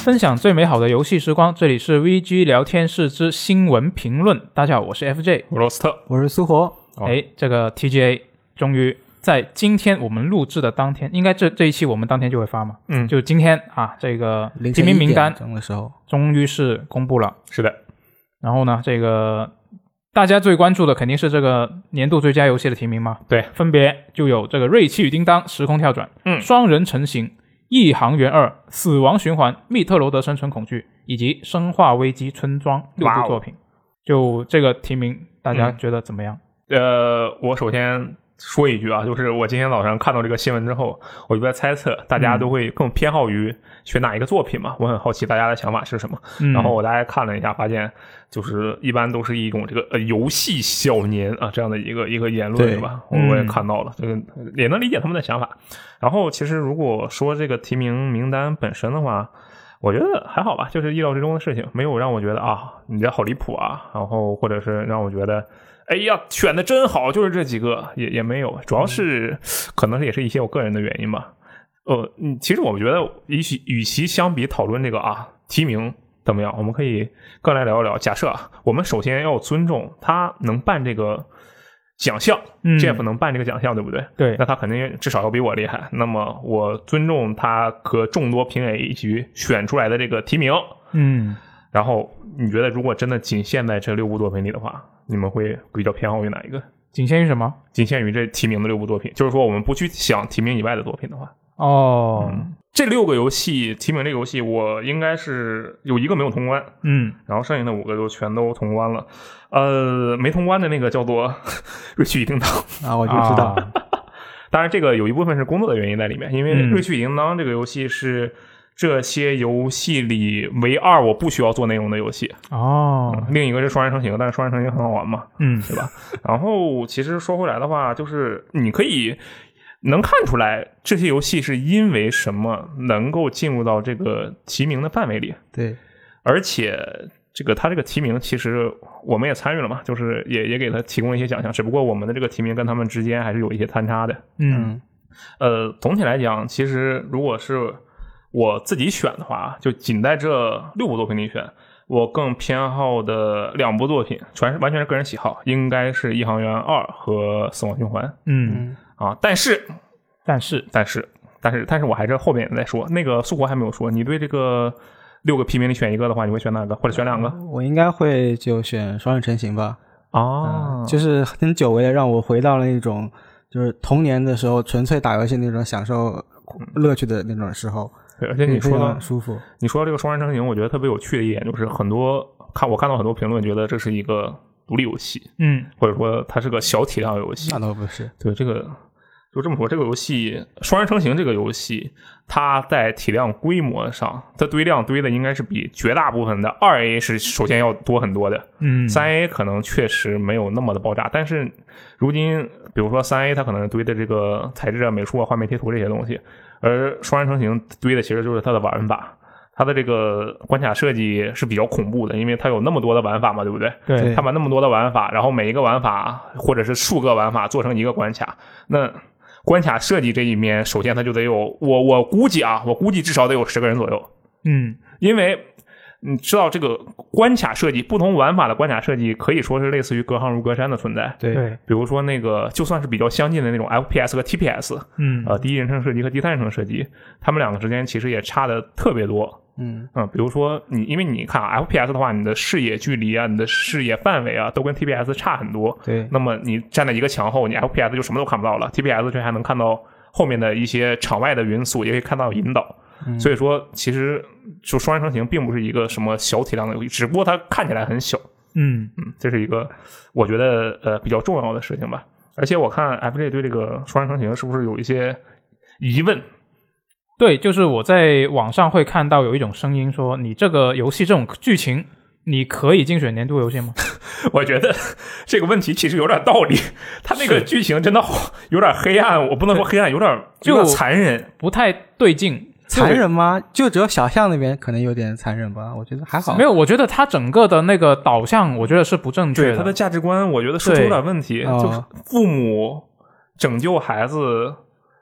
分享最美好的游戏时光，这里是 VG 聊天室之新闻评论。大家好，我是 FJ， 我是罗斯特， 我是苏活。 这个 TGA 终于在今天我们录制的当天，应该这一期我们当天就会发嘛？就今天啊，这个提名名单的时候终于是公布了。 是的。 然后呢，这个大家最关注的肯定是这个年度最佳游戏的提名嘛？ 对， 分别就有这个《瑞奇与叮当：时空跳转》、双人成行、异航员2、死亡循环、密特罗德生存恐惧以及生化危机村庄6部作品。就这个提名大家觉得怎么样？ 我首先说一句啊，就是我今天早上看到这个新闻之后，我就在猜测大家都会更偏好于选哪一个作品嘛，我很好奇大家的想法是什么。然后我大概看了一下，发现就是一般都是一种这个游戏小年啊这样的一个言论是吧？我也看到了，这个也能理解他们的想法。然后其实如果说这个提名名单本身的话，我觉得还好吧，就是意料之中的事情，没有让我觉得啊你这好离谱啊，然后或者是让我觉得哎呀选的真好，就是这几个也没有，主要是可能也是一些我个人的原因吧。其实我觉得与其相比讨论这个提名怎么样，我们可以更来聊一聊。假设我们首先要尊重他能办这个奖项，Jeff 能办这个奖项，对不对？ 对， 那他肯定至少要比我厉害。那么我尊重他和众多评委一起选出来的这个提名。然后你觉得如果真的仅限在这6部作品里的话，你们会比较偏好于哪一个？ 仅限于什么？仅限于这提名的6部作品，就是说我们不去想提名以外的作品的话。这6个游戏提名这个游戏，我应该是有1个没有通关，然后剩下的5个就全都通关了。没通关的那个叫做瑞奇与叮当啊，我就知道。 当然这个有一部分是工作的原因在里面，因为瑞奇与叮当这个游戏是这些游戏里唯2我不需要做内容的游戏。另一个是双人成行，但是双人成行很好玩嘛，对吧？然后其实说回来的话，就是你可以能看出来这些游戏是因为什么能够进入到这个提名的范围里。 对， 而且他这个提名其实我们也参与了嘛，就是也给他提供了一些奖项，只不过我们的这个提名跟他们之间还是有一些参差的。总体来讲，其实如果是我自己选的话，就仅在这6部作品里选，我更偏好的2部作品完全是个人喜好，应该是异航员2和死亡循环。但是我还是后面再说。那个苏活还没有说，你对这个6个提名里选一个的话，你会选哪个，或者选2个？ 我应该会就选双人成行吧。就是很久违的让我回到了那种就是童年的时候纯粹打游戏那种享受乐趣的那种时候。 对，而且你说到舒服， 你说到这个双人成行，我觉得特别有趣的一点就是我看到很多评论觉得这是一个独立游戏，或者说它是个小体量游戏。 那倒不是。 对，这个就这么说，这个游戏双人成行这个游戏，它在体量规模上，它堆量堆的应该是比绝大部分的 2A 是首先要多很多的。3A 可能确实没有那么的爆炸，但是如今比如说 3A 它可能堆的这个材质啊、美术啊、画面贴图这些东西，而双人成行堆的其实就是它的玩法。它的这个关卡设计是比较恐怖的，因为它有那么多的玩法嘛，对不对？ 对， 它把那么多的玩法，然后每一个玩法或者是数个玩法做成一个关卡，那关卡设计这一面，首先它就得有我估计至少得有10个人左右。因为你知道这个关卡设计，不同玩法的关卡设计可以说是类似于隔行如隔山的存在。 对， 比如说那个就算是比较相近的那种 FPS 和 TPS，第一人称射击和第三人称射击，他们2个之间其实也差的特别多。比如说因为你看FPS 的话，你的视野距离啊，你的视野范围啊，都跟 TPS 差很多。 对， 那么你站在一个墙后，你 FPS 就什么都看不到了， TPS 却还能看到后面的一些场外的元素，也可以看到引导。所以说其实就双人成行并不是一个什么小体量的游戏，只不过它看起来很小。这是一个我觉得比较重要的事情吧。而且我看 FJ 对这个双人成行是不是有一些疑问？ 对，就是我在网上会看到有一种声音说，你这个游戏这种剧情你可以竞选年度游戏吗？ 我觉得这个问题其实有点道理，他那个剧情真的有点黑暗，我不能说黑暗，有点残忍， 不太对劲。 残忍吗？就只有小象那边可能有点残忍吧，我觉得还好。 没有，我觉得他整个的那个导向我觉得是不正确的。 对，他的价值观我觉得说出有点问题，就是父母拯救孩子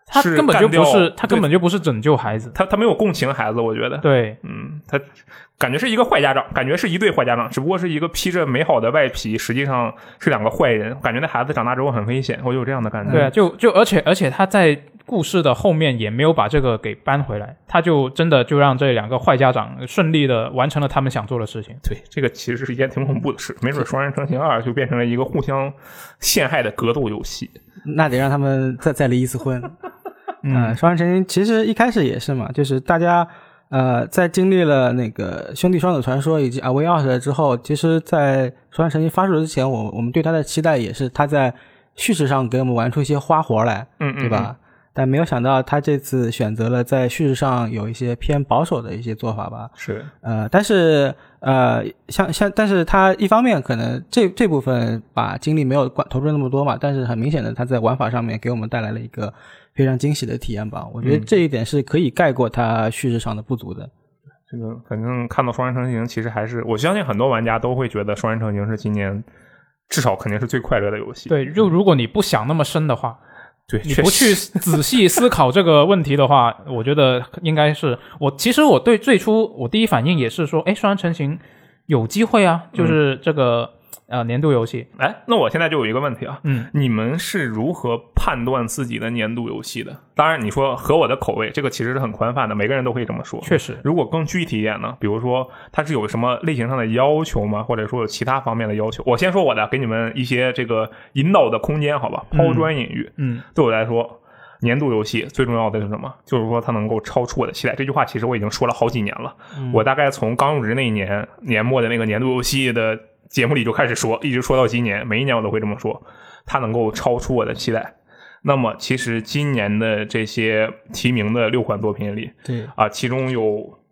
他根本就不是拯救孩子， 他没有共情孩子，我觉得。 对， 他感觉是一个坏家长，感觉是一对坏家长，只不过是一个披着美好的外皮，实际上是两个坏人。感觉那孩子长大之后很危险，我有这样的感觉。 对啊，而且他在故事的后面也没有把这个给搬回来，他就真的就让这两个坏家长顺利的完成了他们想做的事情。 对，这个其实是一件挺恐怖的事，没准双人成行2就变成了一个互相陷害的格斗游戏。 那得让他们再离一次婚。双人成行其实一开始也是嘛，就是大家在经历了那个兄弟双子传说以及 Away Out 之后，其实在双人成行发售之前，我们对他的期待也是他在叙事上给我们玩出一些花活来，对吧？但没有想到他这次选择了在叙事上有一些偏保守的一些做法吧。 是， 但是但是他一方面可能这部分把精力没有投入那么多嘛，但是很明显的他在玩法上面给我们带来了一个非常惊喜的体验吧。我觉得这一点是可以盖过他叙事上的不足的。 这个反正看到双人成行，其实还是我相信很多玩家都会觉得双人成行是今年至少肯定是最快乐的游戏。 对，就如果你不想那么深的话， 对， 你不去仔细思考这个问题的话，我觉得应该是其实我对最初我第一反应也是说，双人成行有机会啊，就是这个年度游戏。 那我现在就有一个问题啊，你们是如何判断自己的年度游戏的？当然你说合我的口味，这个其实是很宽泛的，每个人都可以这么说。 确实， 如果更具体一点呢，比如说它是有什么类型上的要求吗？或者说有其他方面的要求？我先说我的，给你们一些这个引导的空间，好吧？抛砖引玉。对我来说，年度游戏最重要的是什么？就是说它能够超出我的期待。这句话其实我已经说了好几年了，我大概从刚入职那一年年末的那个年度游戏的节目里就开始说，一直说到今年，每一年我都会这么说，它能够超出我的期待。那么其实今年的这些提名的6款作品里， 对其中有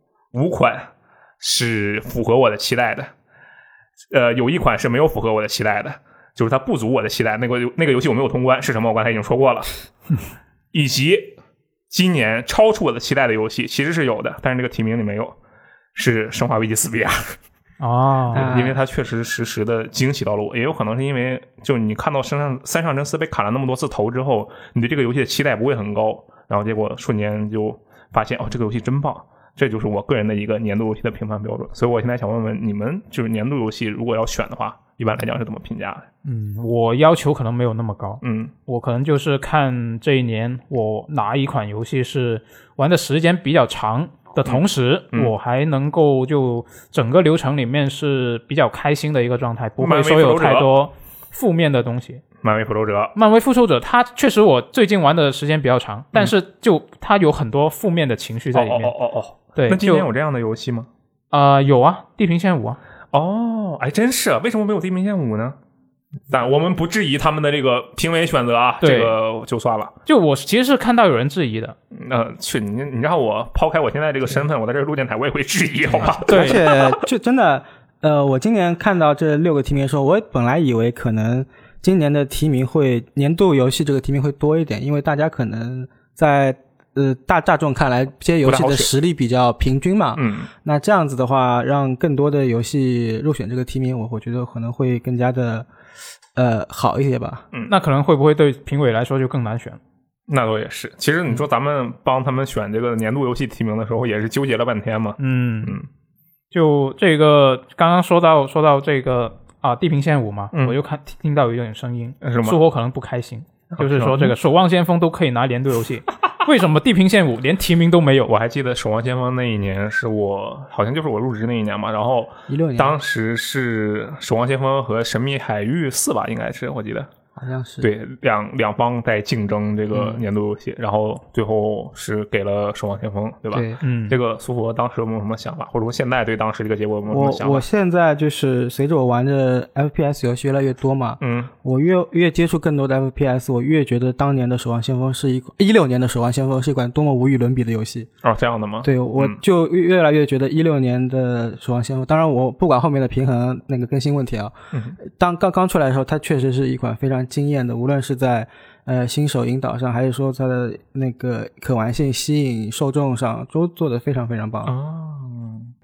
5款是符合我的期待的，有1款是没有符合我的期待的，就是它不足我的期待。那个游戏我没有通关，是什么？我刚才已经说过了。以及今年超出我的期待的游戏其实是有的，但是这个提名里没有，是《生化危机4 VR》。因为它确实实时的惊喜到了我，也有可能是因为就你看到三上真司被砍了那么多次头之后，你对这个游戏的期待不会很高，然后结果瞬间就发现这个游戏真棒，这就是我个人的一个年度游戏的评判标准。所以我现在想问问你们，就是年度游戏如果要选的话，一般来讲是怎么评价的？ 我要求可能没有那么高，我可能就是看这一年我哪一款游戏是玩的时间比较长的同时，我还能够就整个流程里面是比较开心的一个状态，不会说有太多负面的东西。 漫威复仇者它确实我最近玩的时间比较长，但是就它有很多负面的情绪在里面。对， 那今年有这样的游戏吗？ 有啊，地平线5啊。 真是，为什么没有地平线5呢？但我们不质疑他们的这个评委选择啊，这个就算了。就我其实是看到有人质疑的。 你让我抛开我现在这个身份，我在这个录电台我也会质疑，好吧？ 对，而且就真的，我今年看到这6个提名的时候，我本来以为可能今年的提名年度游戏这个提名会多一点，因为大家可能在大众看来这些游戏的实力比较平均嘛。那这样子的话，让更多的游戏入选这个提名，我觉得可能会更加的好一些吧。 那可能会不会对评委来说就更难选？ 那倒也是。其实你说咱们帮他们选这个年度游戏提名的时候，也是纠结了半天嘛。 就这个刚刚说到这个地平线5嘛，我就听到有一点声音，苏火可能不开心，就是说这个守望先锋都可以拿年度游戏，为什么地平线5连提名都没有？ 我还记得守望先锋那一年是好像就是我入职那一年嘛，然后 16年当时是守望先锋和神秘海域4吧，应该是我记得。 好像是对两方在竞争这个年度游戏，然后最后是给了守望先锋，对吧？ 对， 这个苏佛当时有没有什么想法，或者说现在对当时这个结果有没有什么想法？ 我现在就是随着我玩的 FPS 游戏越来越多嘛，我越接触更多的 FPS， 我越觉得当年的守望先锋16年的守望先锋是一款多么无与伦比的游戏。 这样的吗？ 对，我就越来越觉得16年的守望先锋，当然我不管后面的平衡那个更新问题啊，当刚出来的时候，它确实是一款非常惊艳的，无论是在新手引导上，还是说它的那个可玩性、吸引受众上，都做得非常非常棒。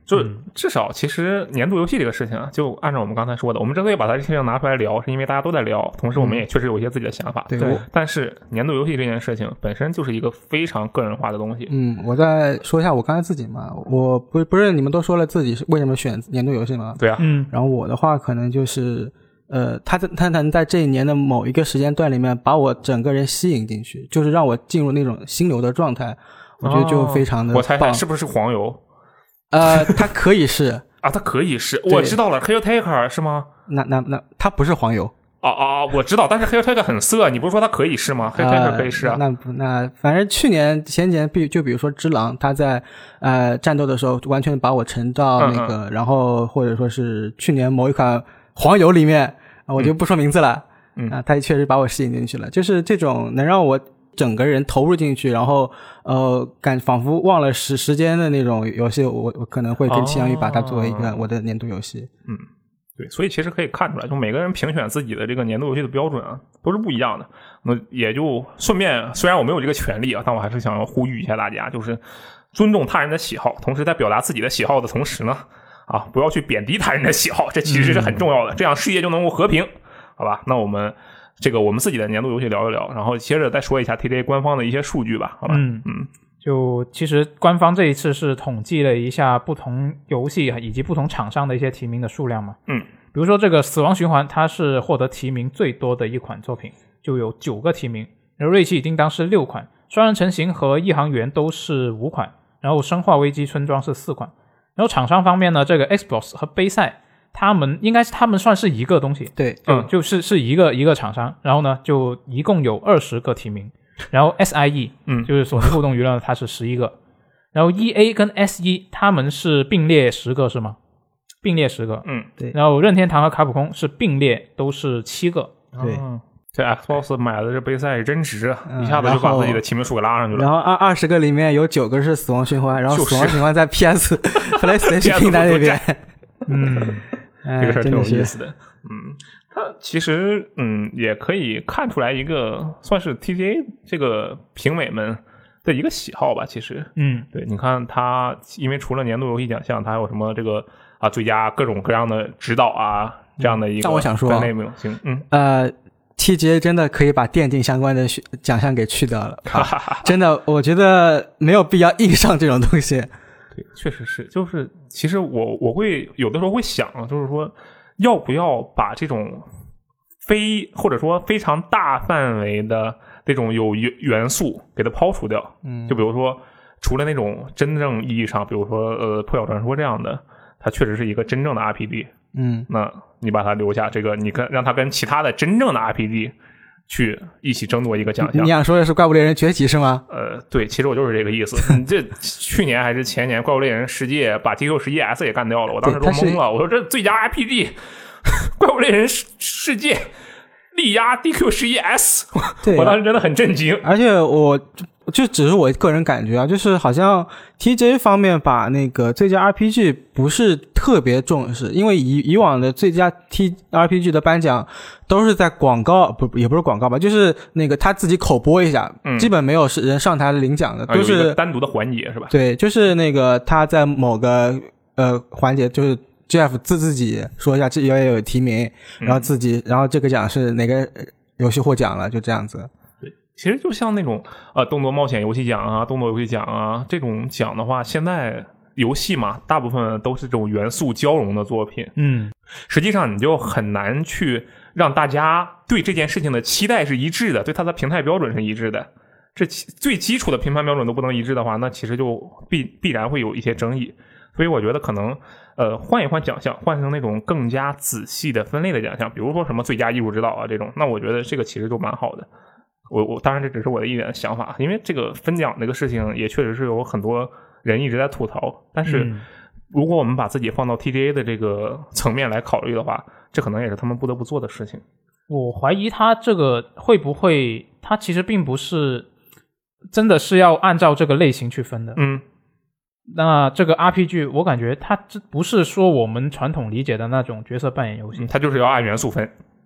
就至少其实年度游戏这个事情啊，就按照我们刚才说的，我们之所以把它这事情拿出来聊，是因为大家都在聊，同时我们也确实有一些自己的想法。 对， 但是年度游戏这件事情本身就是一个非常个人化的东西。 我再说一下我刚才自己嘛，我不是你们都说了自己是为什么选年度游戏吗？ 对啊， 然后我的话可能就是他能在这一年的某一个时间段里面把我整个人吸引进去，就是让我进入那种心流的状态，我觉得就非常的棒。 我猜猜是不是黄油？ 它可以是啊，它可以是，我知道了 Hairtaker 是吗？ 那它不是黄油。 我知道，但是 Hairtaker 很色，你不是说它可以是吗？Hairtaker 可以是啊。 那反正前年就比如说只狼，他在战斗的时候完全把我沉到那个，然后或者说是去年某一款黄油里面，我就不说名字了。他确实把我吸引进去了，就是这种能让我整个人投入进去，然后仿佛忘了时间的那种游戏，我可能会跟七阳玉把它作为一个我的年度游戏。 对，所以其实可以看出来，就每个人评选自己的这个年度游戏的标准啊，都是不一样的。那也就顺便，虽然我没有这个权利啊，但我还是想要呼吁一下大家，就是尊重他人的喜好，同时在表达自己的喜好的同时呢，不要去贬低他人的喜好，这其实是很重要的，这样世界就能够和平，好吧？那我们自己的年度游戏聊一聊，然后接着再说一下 TGA 官方的一些数据吧，好吧？ 就其实官方这一次是统计了一下不同游戏以及不同厂商的一些提名的数量嘛。比如说这个死亡循环，它是获得提名最多的一款作品，就有9个提名，然后锐气与叮当是6款，双人成行和异航员都是5款，然后生化危机村庄是4款。然后厂商方面呢，这个 Xbox 和杯赛他们算是一个东西， 对， 就是一个厂商，然后呢就一共有20个提名，然后 SIE 就是索尼互动娱乐它是11个，然后 EA 跟 SE 他们是并列10个是吗？并列10个， 对， 然后任天堂和卡普空是并列都是7个， 对。 这 Xbox 买的这杯赛真值，一下子就把自己的提名数给拉上去了。 然后20个里面有9个是死亡循环，然后死亡循环在 PlayStation 平台那边。 这个事儿挺有意思的。它其实也可以看出来一个算是 TGA 这个评委们的一个喜好吧。其实，对，你看它，因为除了年度游戏奖项，它还有什么这个最佳各种各样的指导这样的一个。 但我想说，TGA 真的可以把电竞相关的奖项给去掉了，真的，我觉得没有必要硬上这种东西。 对，确实是，就是其实我会有的时候会想，就是说要不要把这种或者说非常大范围的这种有元素给它抛除掉。就比如说除了那种真正意义上，比如说破晓传说这样的，它确实是一个真正的 RPG。那你把它留下，这个你让它跟其他的真正的 RPG 去一起争夺一个奖项。 你想说的是怪物猎人崛起是吗？ 对，其实我就是这个意思。你这去年还是前年，怪物猎人世界把 DQ11S 也干掉了，我当时都懵了。我说这最佳 RPG 怪物猎人世界力压 DQ11S， 我当时真的很震惊。 而且就只是我个人感觉就是好像 TGA 方面把那个最佳 RPG 不是特别重视，因为以往的最佳 RPG 的颁奖都是在广告，也不是广告吧，就是那个他自己口播一下，基本没有人上台领奖的，都是有一个单独的环节是吧？ 对，就是那个他在某个环节，就是 Jeff 自己说一下自己也有提名，然后这个奖是哪个游戏获奖了，就这样子。 其实就像那种动作冒险游戏奖动作游戏奖这种奖的话，现在游戏嘛，大部分都是这种元素交融的作品。实际上你就很难去让大家对这件事情的期待是一致的，对它的评判标准是一致的。这最基础的评判标准都不能一致的话，那其实就必然会有一些争议。所以我觉得可能换一换奖项，换成那种更加仔细的分类的奖项，比如说什么最佳艺术指导这种，那我觉得这个其实就蛮好的。我当然这只是我的一点想法，因为这个分奖这个事情也确实是有很多人一直在吐槽，但是如果我们把自己放到 TGA 的这个层面来考虑的话，这可能也是他们不得不做的事情。 我怀疑他这个会不会，他其实并不是真的是要按照这个类型去分的。那这个 RPG 我感觉它不是说我们传统理解的那种角色扮演游戏， 它就是要按元素分。对，其实就像那种动作冒险游戏奖，它把这种元素交融的作品，它就是要按元素分。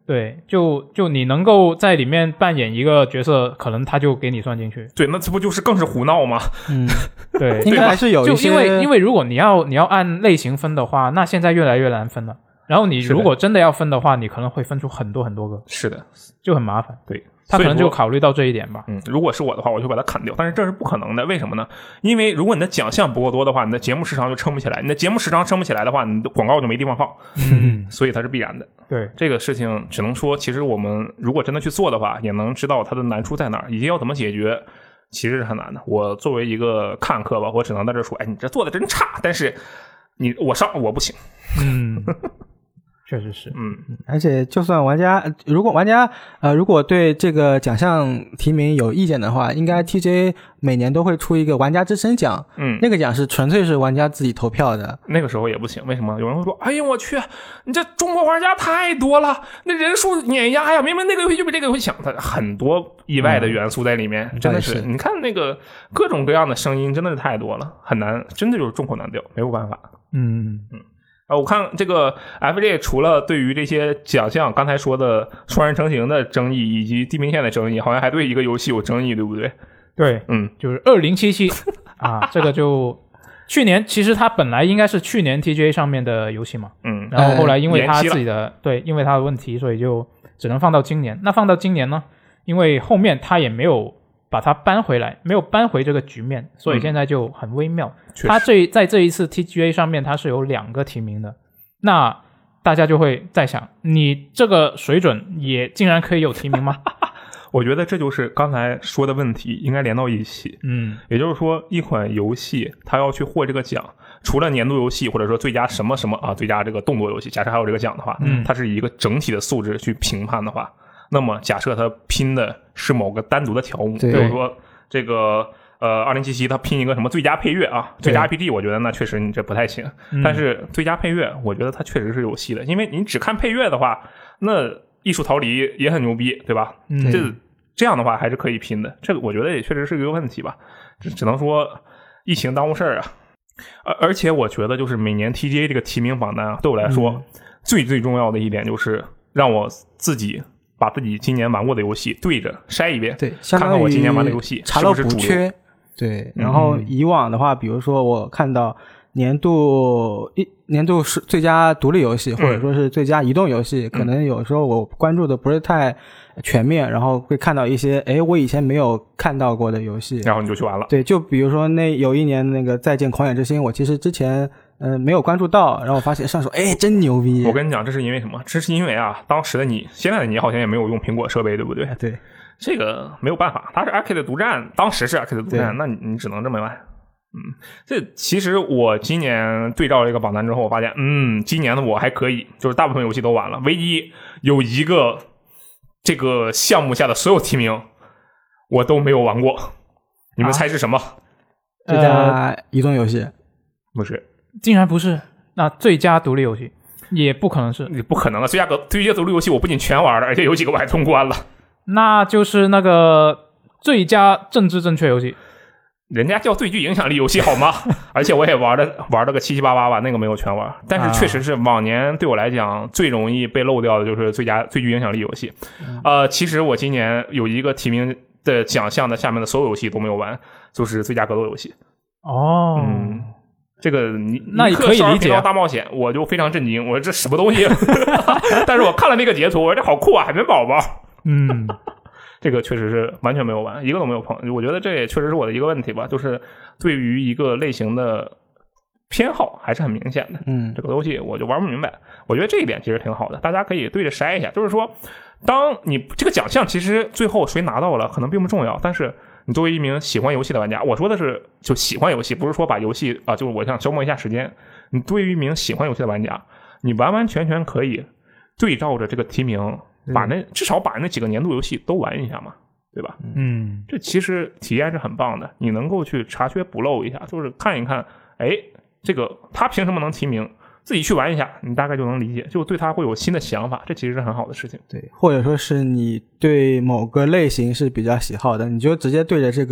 对，就你能够在里面扮演一个角色，可能他就给你算进去。 对，那这不就是更是胡闹吗？ 对， 应该还是有一些， 就因为如果你要按类型分的话，那现在越来越难分了。然后你如果真的要分的话，你可能会分出很多很多个， 是的， 就很麻烦。 对， 他可能就考虑到这一点吧。 如果是我的话，我就把它砍掉，但是这是不可能的。为什么呢？因为如果你的奖项不够多的话，你的节目时长就撑不起来。你的节目时长撑不起来的话，你的广告就没地方放。所以它是必然的。 对， 这个事情只能说，其实我们如果真的去做的话，也能知道它的难处在哪儿，以及要怎么解决，其实是很难的。我作为一个看客吧，我只能在这说，哎，你这做的真差，但是我上我不行。 确实是， 而且就算玩家如果对这个奖项提名有意见的话，应该 TGA 每年都会出一个玩家之声奖，那个奖是纯粹是玩家自己投票的。 那个时候也不行，为什么？有人会说，哎呀我去，你这中国玩家太多了，那人数碾压呀，明明那个游戏就比这个游戏强，它很多意外的元素在里面，真的是，你看那个各种各样的声音真的是太多了，很难，真的就是众口难调，没有办法。我看这个 FJ 除了对于这些奖项刚才说的双人成行的争议以及地平线的争议，好像还对一个游戏有争议，对不对？ 对，就是2077啊，这个就去年其实它本来应该是去年 TGA 上面的游戏嘛，然后后来因为它自己的因为它的问题，所以就只能放到今年。那放到今年呢，因为后面它也没有把它搬回来，没有搬回这个局面，所以现在就很微妙。它在这一次 TGA 上面它是有2个提名的，那大家就会在想，你这个水准也竟然可以有提名吗？ 我觉得这就是刚才说的问题应该连到一起。也就是说一款游戏它要去获这个奖，除了年度游戏或者说最佳什么什么啊，最佳这个动作游戏，假设还有这个奖的话，它是以一个整体的素质去评判的话，那么假设它拼的是某个单独的条目，比如说这个2077它拼一个什么最佳配乐啊，最佳 RPG， 我觉得那确实你这不太行。但是最佳配乐我觉得它确实是有戏的，因为你只看配乐的话，那艺术逃离也很牛逼，对吧？这样的话还是可以拼的，这个我觉得也确实是一个问题吧，只能说疫情耽误事儿啊。而且我觉得就是每年 TGA 这个提名榜单啊，对我来说最重要的一点就是让我自己把自己今年玩过的游戏对着筛一遍， 对， 看看我今年玩的游戏是不是主流。 对，然后以往的话，比如说我看到年度是最佳独立游戏，或者说是最佳移动游戏，可能有时候我关注的不是太全面，然后会看到一些我以前没有看到过的游戏， 然后你就去玩了。 对，就比如说有一年那个再见狂野之心，我其实之前没有关注到，然后我发现上手真牛逼。 我跟你讲，这是因为什么？这是因为啊，当时的你，现在的你好像也没有用苹果设备，对不对？ 对， 这个没有办法，它是 Arcade 独占，当时是 Arcade 独占，那你只能这么玩。这其实我今年对照这个榜单之后，我发现今年的我还可以，就是大部分游戏都玩了，唯一有一个这个项目下的所有提名我都没有玩过，你们猜是什么？ 最佳移动游戏？ 不是， 竟然不是。那最佳独立游戏也不可能是， 不可能啊！最佳独立游戏我不仅全玩了，而且有几个我还通关了。 那就是那个最佳政治正确游戏， 人家叫最具影响力游戏好吗？而且我也玩了个7七八八吧，那个没有全玩，但是确实是往年对我来讲最容易被漏掉的就是最具影响力游戏。其实我今年有一个提名的奖项的下面的所有游戏都没有玩，就是最佳格斗游戏。这个那也可以理解。 大冒险我就非常震惊，我说这什么东西？但是我看了那个截图，我说这好酷啊，海绵宝宝。这个确实是完全没有玩，一个都没有碰。我觉得这也确实是我的一个问题吧，就是对于一个类型的偏好还是很明显的。这个东西我就玩不明白。我觉得这一点其实挺好的，大家可以对着筛一下。就是说，当你这个奖项其实最后谁拿到了可能并不重要，但是你作为一名喜欢游戏的玩家，我说的是就喜欢游戏，不是说把游戏就是我想消磨一下时间。你对于一名喜欢游戏的玩家，你完完全全可以对照着这个提名。至少把那几个年度游戏都玩一下嘛，对吧？这其实体验是很棒的，你能够去查缺补漏一下，就是看一看，这个他凭什么能提名，自己去玩一下，你大概就能理解，就对他会有新的想法，这其实是很好的事情。 对，或者说是你对某个类型是比较喜好的，你就直接对着这个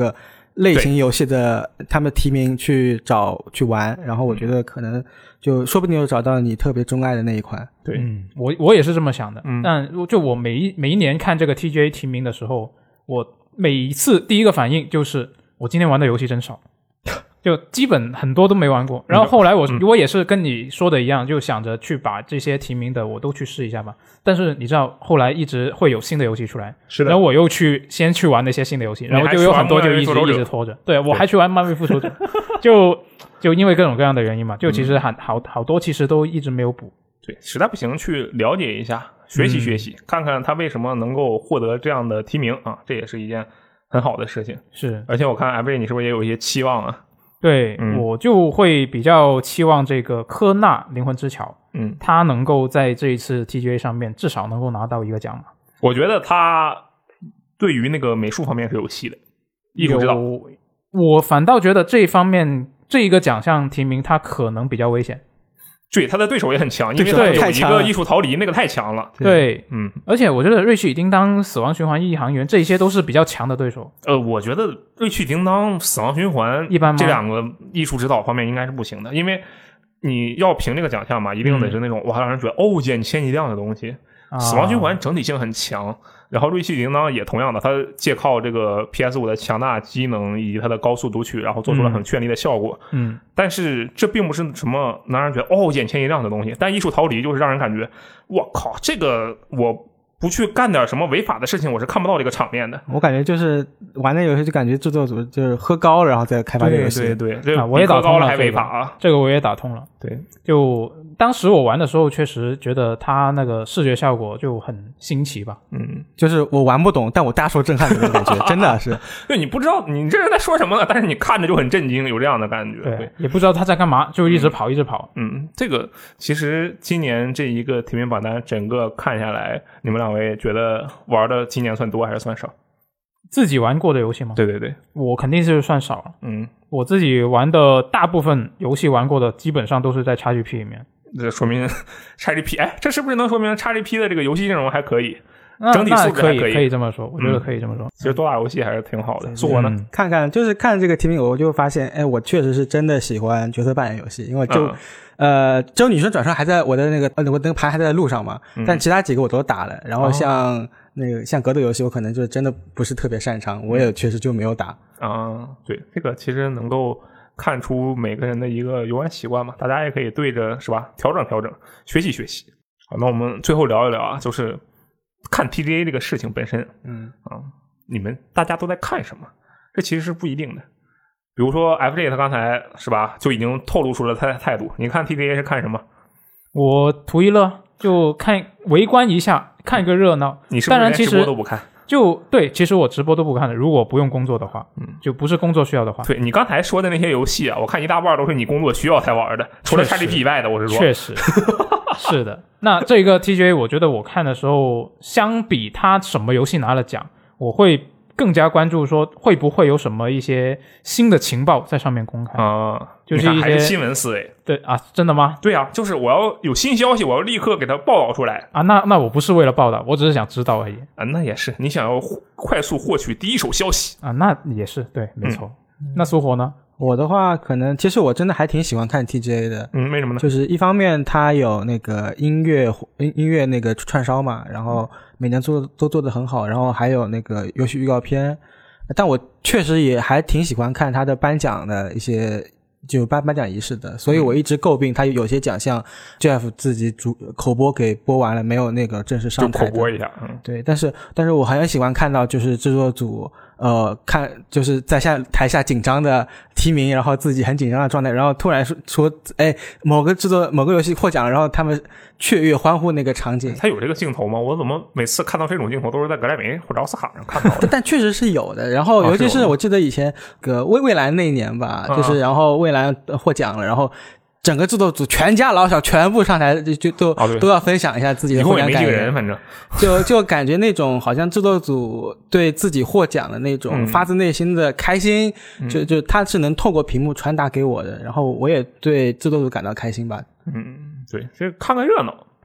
类型游戏的他们提名去玩，然后我觉得可能就说不定就找到你特别钟爱的那一款。 对， 我也是这么想的。但就我每一年看这个 TGA 提名的时候，我每一次第一个反应就是我今天玩的游戏真少。就基本很多都没玩过，然后后来我也是跟你说的一样，就想着去把这些提名的我都去试一下吧。但是你知道，后来一直会有新的游戏出来， 是的。 然后我又先去玩那些新的游戏，然后就有很多就一直拖着。对，我还去玩漫威复仇者，就因为各种各样的原因嘛，就其实好多其实都一直没有补。 对，实在不行去了解一下，学习，看看他为什么能够获得这样的提名啊，这也是一件很好的事情。 是， 而且我看 FJ 你是不是也有一些期望啊？ 对，我就会比较期望这个科纳灵魂之桥，他能够在这一次 TGA 上面至少能够拿到一个奖嘛。 我觉得他对于那个美术方面是有戏的，艺术指导。 我反倒觉得这一方面这一个奖项提名他可能比较危险。 对，他的对手也很强，因为他有一个艺术逃离，那个太强了。 对，而且我觉得瑞趣与叮当、死亡循环、异航员这些都是比较强的对手。 我觉得瑞趣与叮当、死亡循环一般吗？ 这两个艺术指导方面应该是不行的，因为你要评这个奖项嘛，一定得是那种哇让人觉得眼前一亮的东西。死亡循环整体性很强，然后瑞趣与叮当也同样的，它借靠这个 PS5 的强大机能以及它的高速读取，然后做出了很绚丽的效果。但是这并不是什么能让人觉得眼前一亮的东西。但艺术逃离就是让人感觉，我靠，这个我不去干点什么违法的事情，我是看不到这个场面的。 我感觉就是玩那游戏就感觉制作组就是喝高了，然后再开发这个游戏。 对， 我也打通了， 还违法啊！ 这个我也打通了。 对， 就当时我玩的时候，确实觉得它那个视觉效果就很新奇吧。 就是我玩不懂，但我大受震撼的那种感觉，真的是。 对，你不知道你这人在说什么呢，但是你看着就很震惊，有这样的感觉。 对，也不知道他在干嘛，就一直跑。 这个其实今年这一个提名榜单整个看下来，你们两位觉得玩的今年算多还是算少？ 自己玩过的游戏吗？ 对， 我肯定是算少了。我自己玩的大部分游戏玩过的基本上都是在 XGP 里面。 这说明 XGP， 这是不是能说明 XGP 的这个游戏内容还可以？整体素质还可以这么说，我觉得可以这么说。 其实多打游戏还是挺好的。苏活呢？ 看这个提名，我就发现，我确实是真的喜欢角色扮演游戏，因为只有女生转生还在我的那个我那个盘还在路上嘛，但其他几个我都打了。然后像格斗游戏，我可能就真的不是特别擅长，我也确实就没有打。 对，这个其实能够看出每个人的一个游玩习惯嘛，大家也可以对着是吧调整，学习。好，那我们最后聊一聊啊，就是看 TGA 这个事情本身。你们大家都在看什么？这其实是不一定的。比如说 FJ 他刚才是吧就已经透露出了他的态度，你看 TGA 是看什么？ 我图一乐，就看围观一下，看一个热闹。 你是不是连直播都不看？ 对，其实我直播都不看的，如果不用工作的话，就不是工作需要的话。 对，你刚才说的那些游戏啊，我看一大半都是你工作需要才玩的，除了 XGP 以外的，我是说。 确实是的。那这个 TGA 我觉得我看的时候，相比他什么游戏拿了奖，我会更加关注说会不会有什么一些新的情报在上面公开就是一些还是新闻思维。 对啊，真的吗？ 对啊，就是我要有新消息，我要立刻给它报道出来啊。那我不是为了报道，我只是想知道而已啊。那也是，你想要快速获取第一手消息啊，那也是对，没错。那苏活呢？ 我的话，可能其实我真的还挺喜欢看 TGA 的。 为什么呢？ 就是一方面它有那个音乐那个串烧嘛，然后每年都做得很好，然后还有那个游戏预告片。但我确实也还挺喜欢看他的颁奖的一些就颁奖仪式的，所以我一直诟病他有些奖项 Jeff 自己口播给播完了，没有那个正式上台的， 就口播一下。 对，但是我很喜欢看到就是制作组看就是在台下紧张的提名，然后自己很紧张的状态，然后突然说某个游戏获奖，然后他们雀跃欢呼那个场景。 他有这个镜头吗？我怎么每次看到这种镜头都是在格莱美或者奥斯卡上看到的？ 但确实是有的。然后尤其是我记得以前蔚蓝那一年吧，就是然后蔚蓝获奖了，然后整个制作组全家老小全部上台就都要分享一下自己的获奖感言。 一共也没几个人，反正就感觉那种好像制作组对自己获奖的那种发自内心的开心，就他是能透过屏幕传达给我的，然后我也对制作组感到开心吧。 对，这看个热闹。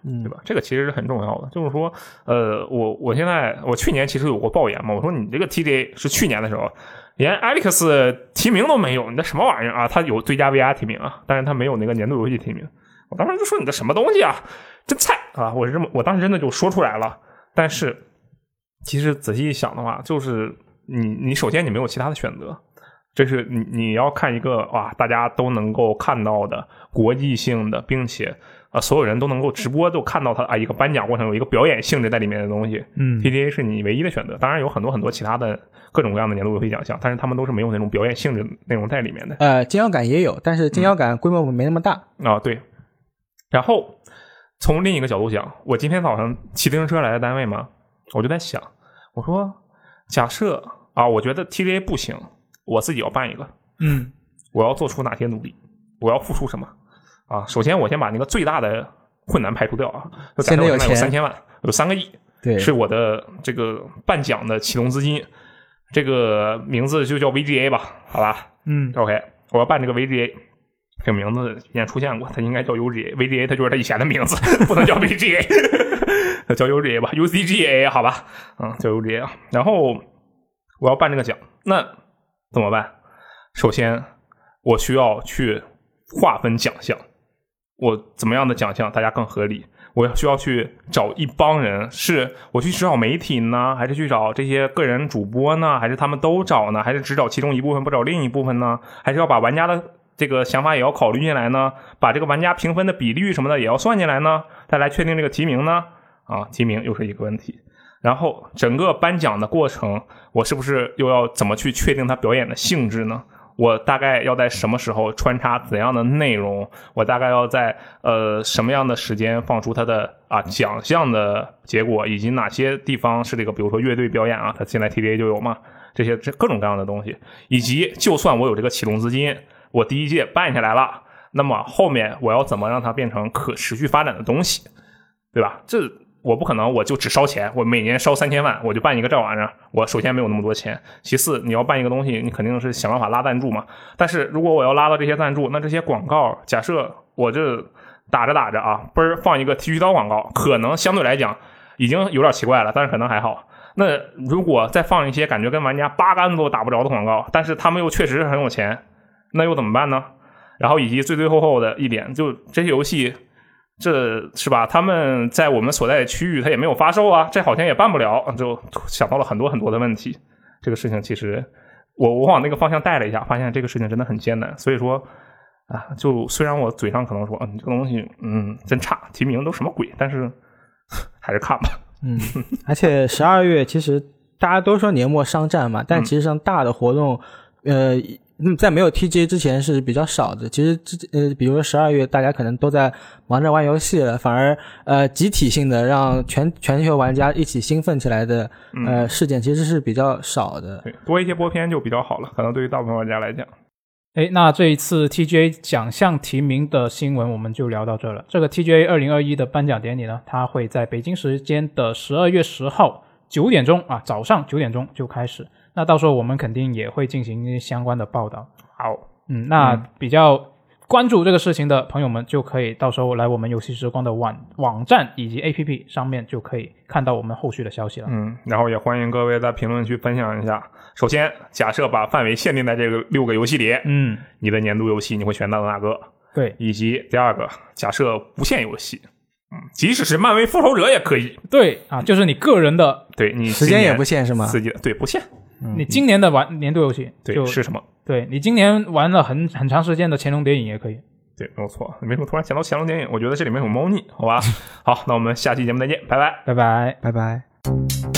对吧？这个其实是很重要的。就是说，我去年其实有过抱怨嘛，我说你这个 TGA 是去年的时候连 Alex 提名都没有，你这什么玩意儿啊？他有最佳 VR 提名啊，但是他没有那个年度游戏提名。我当时就说你这什么东西啊，真菜啊！我当时真的就说出来了。但是其实仔细一想的话，就是你首先你没有其他的选择。这是你要看一个大家都能够看到的国际性的，并且所有人都能够直播都看到它一个颁奖过程有一个表演性质在里面的东西。TGA 是你唯一的选择。当然有很多其他的各种各样的年度游戏奖项，但是他们都是没有那种表演性质内容在里面的。 金摇杆也有，但是金摇杆规模没那么大。 对。然后从另一个角度讲，我今天早上骑自行车来的单位嘛，我就在想，我说假设我觉得 TGA 不行，我自己要办一个，我要做出哪些努力，我要付出什么首先我先把那个最大的困难排除掉现在有钱 ，3000万，有3个亿， 对， 是我的这个办奖的启动资金，这个名字就叫 VGA 吧，好吧，OK， 我要办这个 VGA， 这个名字以前出现过，它应该叫 UGA，VGA 它就是它以前的名字，不能叫 VGA， 叫 UGA 吧 ，UCGA 好吧，叫 UGA。然后我要办这个奖，那怎么办？首先我需要去划分奖项，我怎么样的奖项大家更合理？我需要去找一帮人，是我去找媒体呢，还是去找这些个人主播呢？还是他们都找呢？还是只找其中一部分不找另一部分呢？还是要把玩家的这个想法也要考虑进来呢？把这个玩家评分的比率什么的也要算进来呢？再来确定这个提名呢？提名又是一个问题。然后整个颁奖的过程，我是不是又要怎么去确定他表演的性质呢？我大概要在什么时候穿插怎样的内容？我大概要在什么样的时间放出他的奖项的结果，以及哪些地方是这个比如说乐队表演他现在 TGA 就有嘛，这各种各样的东西，以及就算我有这个启动资金，我第一届办下来了，那么后面我要怎么让它变成可持续发展的东西，对吧？这我不可能我就只烧钱，我每年烧3000万我就办一个这玩意儿，我首先没有那么多钱，其次你要办一个东西你肯定是想办法拉赞助嘛，但是如果我要拉到这些赞助，那这些广告假设我这打着嘣儿放一个剃须刀广告，可能相对来讲已经有点奇怪了，但是可能还好。那如果再放一些感觉跟玩家八竿子都打不着的广告，但是他们又确实很有钱，那又怎么办呢？然后以及最后的一点，就这些游戏这是吧，他们在我们所在的区域他也没有发售这好像也办不了，就想到了很多的问题。这个事情其实我往那个方向带了一下，发现这个事情真的很艰难。所以说就虽然我嘴上可能说你这个东西真差，提名都什么鬼，但是还是看吧。 而且12月其实大家都说年末商战嘛，但其实上大的活动在没有 TGA 之前是比较少的。其实比如说12月大家可能都在忙着玩游戏了，反而集体性的让全球玩家一起兴奋起来的事件其实是比较少的。 对，多一些播片就比较好了，可能对于大部分玩家来讲。 那这一次 TGA 奖项提名的新闻我们就聊到这了。这个 TGA 2021的颁奖典礼呢，它会在北京时间的12月10号9点钟早上9点钟就开始。那到时候我们肯定也会进行相关的报道。 好， 那比较关注这个事情的朋友们就可以到时候来我们游戏时光的网站以及 APP 上面就可以看到我们后续的消息了。 然后也欢迎各位在评论区分享一下。首先假设把范围限定在这个6个游戏里，你的年度游戏你会选到哪个？ 对， 以及第二个假设不限游戏，即使是漫威复仇者也可以。 对就是你个人的， 对，你时间也不限是吗？ 对，不限。 你今年的年度游戏对是什么？ 对，你今年玩了很长时间的乾隆谍影也可以。 对，没有错。为什么突然想到乾隆谍影？我觉得这里面有猫腻，好吧？好，那我们下期节目再见，拜拜， 拜拜， 拜拜。